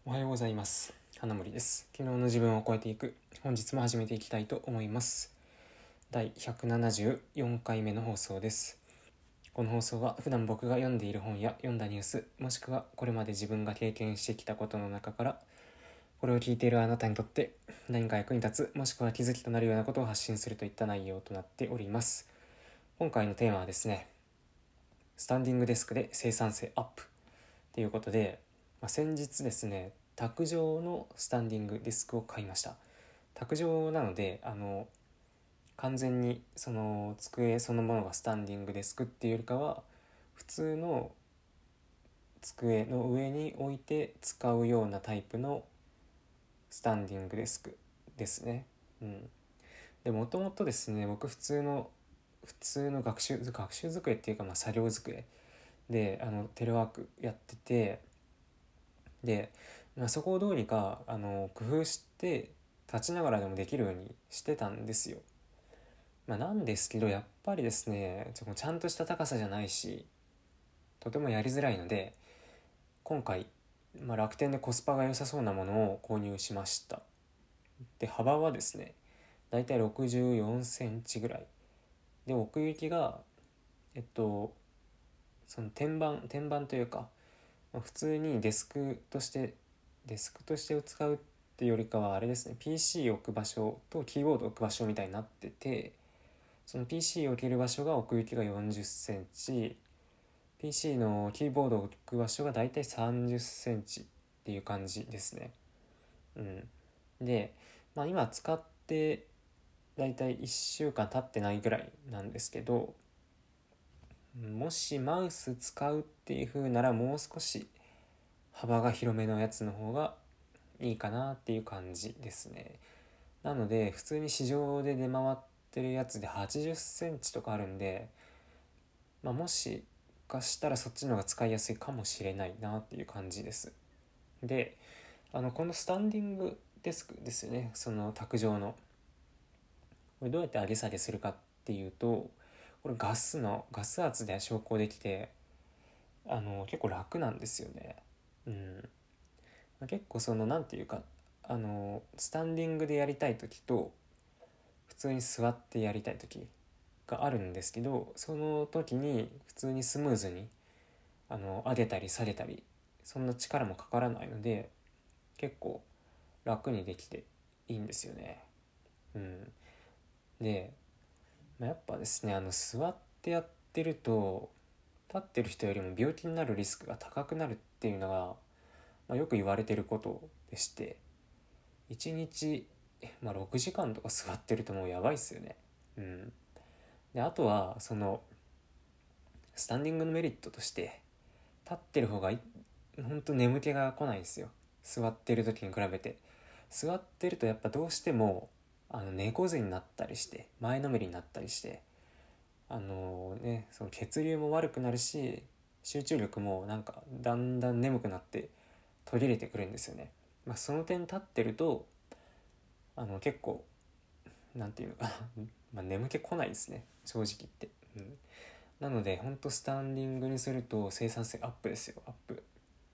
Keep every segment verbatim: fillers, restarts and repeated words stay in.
おはようございます。花森です。昨日の自分を超えていく。本日も始めていきたいと思います。だいひゃくななじゅうよんかいめの放送です。この放送は普段僕が読んでいる本や読んだニュース、もしくはこれまで自分が経験してきたことの中から、これを聞いているあなたにとって何か役に立つ、もしくは気づきとなるようなことを発信するといった内容となっております。今回のテーマはですね、スタンディングデスクで生産性アップということで、まあ、先日ですね、卓上のスタンディングデスクを買いました。卓上なので、あの完全にその机そのものがスタンディングデスクっていうよりかは、普通の机の上に置いて使うようなタイプのスタンディングデスクですね。うん。で、もともとですね、僕普通の普通の学習学習机っていうか、まあ作業机であのテレワークやってて、で、まあ、そこをどうにかあの工夫して立ちながらでもできるようにしてたんですよ。まあ、なんですけど、やっぱりですね、ちょちゃんとした高さじゃないし、とてもやりづらいので、今回、まあ、楽天でコスパが良さそうなものを購入しました。で、幅はですね、だいたいろくじゅうよんセンチぐらいで、奥行きがえっとその天板天板というか、まあ、普通にデスクとしてデスクとして使うっていうよりかはあれですね、 ピーシー を置く場所とキーボードを置く場所みたいになってて、その ピーシー を置ける場所が奥行きがよんじゅっセンチ、 ピーシー のキーボードを置く場所がだいたいさんじゅっセンチっていう感じですね。うんで、まあ、今使ってだいたいいっしゅうかん経ってないぐらいなんですけど、もしマウス使うっていう風ならもう少し幅が広めのやつの方がいいかなっていう感じですね。なので普通に市場で出回ってるやつではちじゅっセンチとかあるんで、まあ、もしかしたらそっちの方が使いやすいかもしれないなっていう感じです。で、あのこのスタンディングデスクですよね、その卓上の、これどうやって上げ下げするかっていうと、これガスのガス圧で昇降できて、あの結構楽なんですよね。うん結構そのなんていうか、あのスタンディングでやりたい時と普通に座ってやりたい時があるんですけど、その時に普通にスムーズにあの上げたり下げたり、そんな力もかからないので結構楽にできていいんですよね。うんで、まあ、やっぱですね、あの座ってやってると立ってる人よりも病気になるリスクが高くなるっていうのが、まあ、よく言われてることでして、いちにち、まあ、ろくじかんとか座ってるともうやばいっすよね。うんで、あとはそのスタンディングのメリットとして、立ってる方がほんと眠気が来ないんですよ、座ってる時に比べて。座ってるとやっぱどうしてもあの猫背になったりして前のめりになったりして、あのねその血流も悪くなるし、集中力もなんかだんだん眠くなって途切れてくるんですよね。まあ、その点立ってるとあの結構なんていうのかなまあ眠気来ないですね、正直言って。うんなのでほんとスタンディングにすると生産性アップですよ、アップ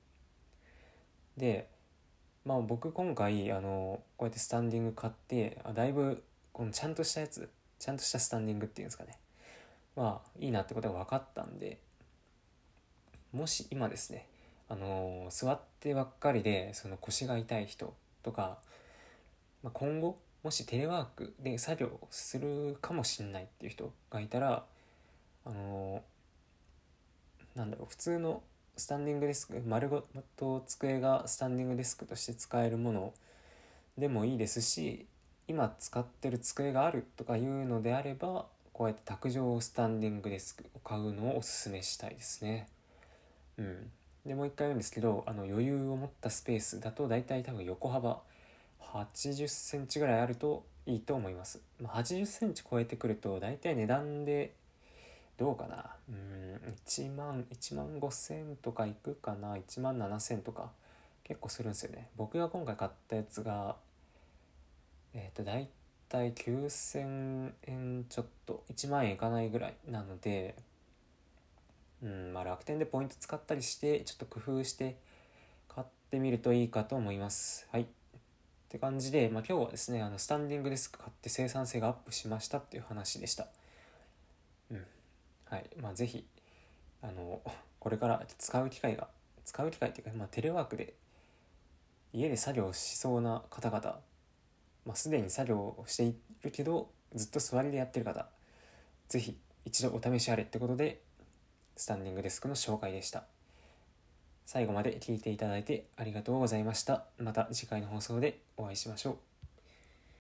で。まあ僕今回あのこうやってスタンディング買って、あだいぶこのちゃんとしたやつ、ちゃんとしたスタンディングっていうんですかね、まあいいなってことが分かったんで、もし今ですね、あの座ってばっかりでその腰が痛い人とか、まあ、今後もしテレワークで作業するかもしんないっていう人がいたら、あのなんだろう、普通のスタンディングデスク、丸ごと机がスタンディングデスクとして使えるものでもいいですし、今使ってる机があるとかいうのであれば、こうやって卓上スタンディングデスクを買うのをおすすめしたいですね。うんで、もう一回言うんですけど、あの余裕を持ったスペースだと大体多分横幅はちじゅっセンチぐらいあるといいと思います。まあ、はちじゅっセンチ超えてくると大体値段でどうかな、うーんいちまんいちまんごせんとかいくかな、いちまんななせんとか結構するんですよね。僕が今回買ったやつがえっ、ー、と大体きゅうせんえんちょっと、いちまん円いかないぐらいなので、うんまあ楽天でポイント使ったりしてちょっと工夫して買っってみるといいかと思います。はい。って感じで、まあ、今日はですね、あのスタンディングデスク買って生産性がアップしましたっていう話でした。うん。はい。まあ、ぜひ、あの、これから使う機会が、使う機会っていうか、まあ、テレワークで家で作業しそうな方々、まあ、すでに作業をしているけど、ずっと座りでやってる方、ぜひ一度お試しあれってことで、スタンディングデスクの紹介でした。最後まで聞いていただいてありがとうございました。また次回の放送でお会いしましょう。